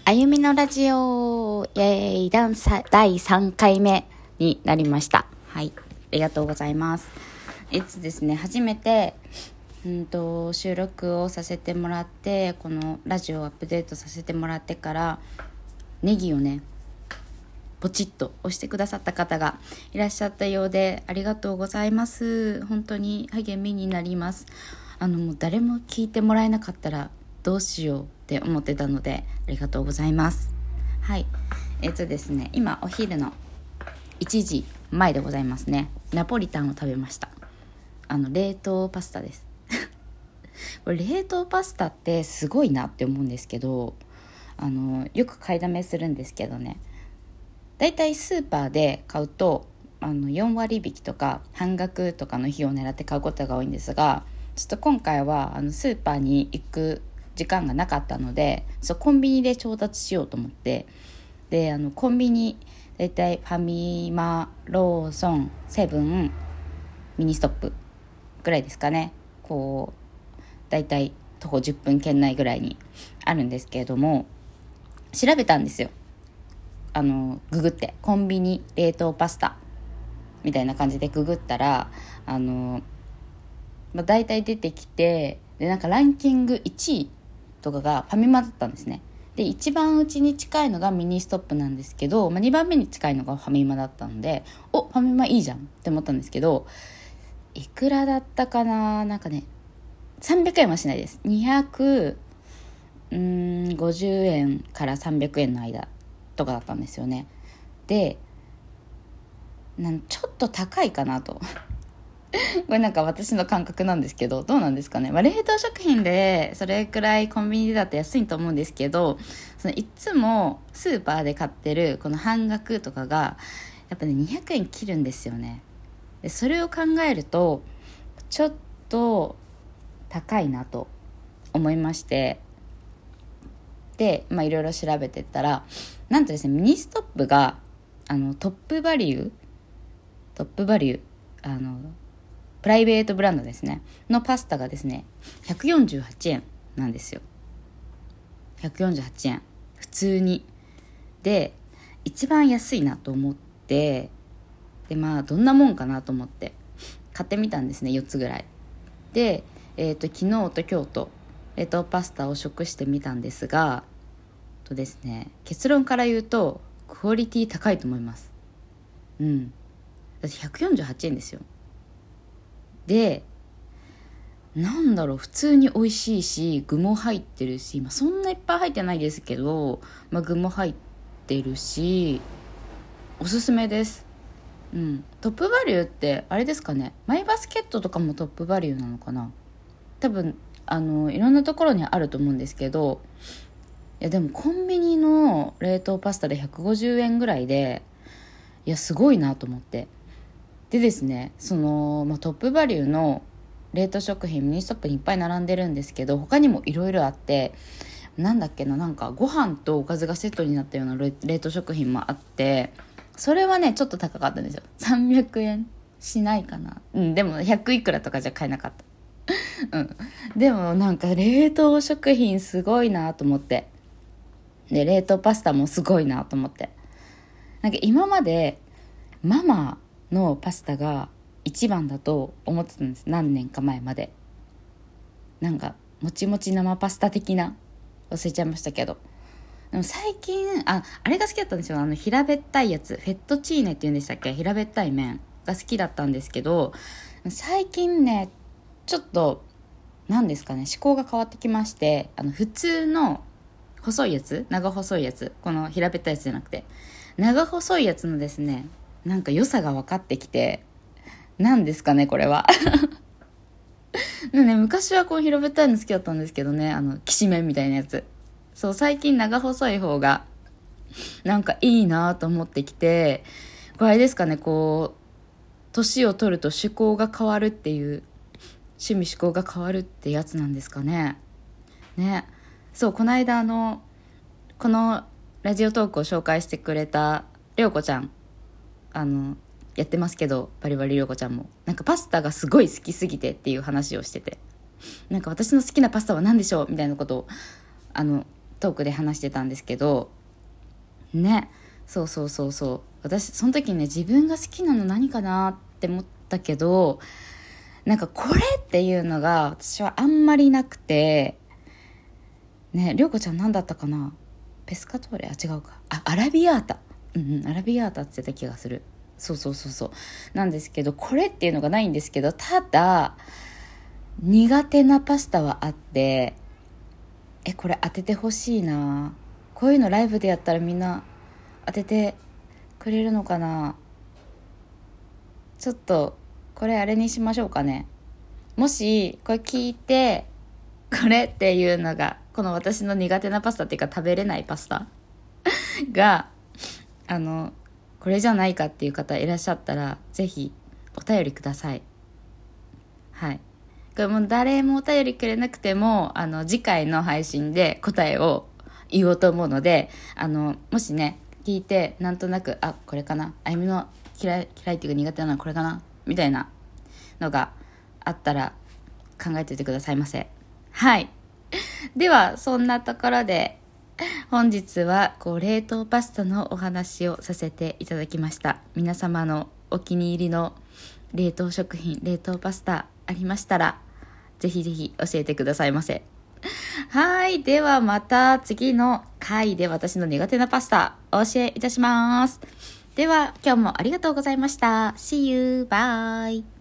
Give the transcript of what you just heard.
あゆみのラジオ、イエーイ、第3回目になりました。はい、ありがとうございます。ですね、初めて収録をさせてもらって、このラジオをアップデートさせてもらってからネギをねポチッと押してくださった方がいらっしゃったようで、ありがとうございます。本当に励みになります。もう誰も聞いてもらえなかったらどうしようって思ってたので、ありがとうございます。はい、ですね、今お昼の1時前でございますね。ナポリタンを食べました。冷凍パスタですこれ冷凍パスタってすごいなって思うんですけど、よく買いだめするんですけどね、だいたいスーパーで買うと4割引きとか半額とかの日を狙って買うことが多いんですが、ちょっと今回はスーパーに行く時間がなかったので、コンビニで調達しようと思って、でコンビニだいたいファミマ、ローソン、セブン、ミニストップぐらいですかね、こうだいたい徒歩10分圏内ぐらいにあるんですけれども、調べたんですよ。ググってコンビニ冷凍パスタみたいな感じでググったらだいたい出てきて、でなんかランキング1位とかがファミマだったんですね。で一番うちに近いのがミニストップなんですけど、2番目に近いのがファミマだったので、ファミマいいじゃんって思ったんですけど、いくらだったかな、なんかね300円はしないです。250円から300円の間とかだったんですよね。でちょっと高いかなとこれなんか私の感覚なんですけど、どうなんですかね。冷凍食品でそれくらいコンビニだと安いと思うんですけど、いつもスーパーで買ってるこの半額とかがやっぱね200円切るんですよね。でそれを考えるとちょっと高いなと思いまして、でいろいろ調べてったら、なんとですね、ミニストップがトップバリュープライベートブランドですねのパスタがですね148円なんですよ。148円普通に。で一番安いなと思って、でどんなもんかなと思って買ってみたんですね、4つぐらいで、昨日と今日と冷凍パスタを食してみたんですが、ですね、結論から言うとクオリティ高いと思います。だって148円ですよ。で普通に美味しいし、具も入ってるし、そんないっぱい入ってないですけど、具も入ってるしおすすめです。トップバリューってあれですかね、マイバスケットとかもトップバリューなのかな。多分いろんなところにあると思うんですけど、いやでもコンビニの冷凍パスタで150円ぐらいで、いやすごいなと思って。でですね、トップバリューの冷凍食品ミニストップにいっぱい並んでるんですけど、他にもいろいろあって、なんかご飯とおかずがセットになったような冷凍食品もあって、それはねちょっと高かったんですよ。300円しないかな。でも100いくらとかじゃ買えなかったでもなんか冷凍食品すごいなと思って、で冷凍パスタもすごいなと思って、なんか今までママのパスタが一番だと思ってたんです。何年か前まで。なんかもちもち生パスタ的な、忘れちゃいましたけど、でも最近あれが好きだったんですよ。平べったいやつ、フェットチーネっていうんでしたっけ、平べったい麺が好きだったんですけど、最近ねちょっとなんですかね、思考が変わってきまして、普通の細いやつ、長細いやつ、この平べったいやつじゃなくて長細いやつのですね、なんか良さが分かってきて、なんですかねこれはね、昔はこう平べったいの好きだったんですけどね、きしめんみたいなやつ。最近長細い方がなんかいいなと思ってきて、これあれですかね、こう年を取ると趣向が変わるっていう、趣味趣向が変わるってやつなんですかね。この間このラジオトークを紹介してくれたりょうこちゃん、やってますけど、バリバリりょうこちゃんもなんかパスタがすごい好きすぎてっていう話をしてて、なんか私の好きなパスタは何でしょうみたいなことをトークで話してたんですけどね。そう私その時ね、自分が好きなの何かなって思ったけど、なんかこれっていうのが私はあんまりなくてね。りょうこちゃん何だったかな。ペスカトーレ、違うか、アラビアータ、アラビアータって言ってた気がする。そうなんですけど、これっていうのがないんですけど、ただ苦手なパスタはあって、これ当ててほしいな。こういうのライブでやったらみんな当ててくれるのかな。ちょっとこれあれにしましょうかね。もしこれ聞いてこれっていうのが、この私の苦手なパスタっていうか食べれないパスタがこれじゃないかっていう方いらっしゃったら、ぜひお便りください。はい。これもう誰もお便りくれなくても次回の配信で答えを言おうと思うので、もしね聞いてなんとなくこれかな、あゆみの嫌いっていうか苦手なのはこれかなみたいなのがあったら考えておいてくださいませ。はい。ではそんなところで本日は冷凍パスタのお話をさせていただきました。皆様のお気に入りの冷凍食品、冷凍パスタありましたらぜひぜひ教えてくださいませ。はい。ではまた次の回で私の苦手なパスタお教えいたします。では今日もありがとうございました。See you. Bye.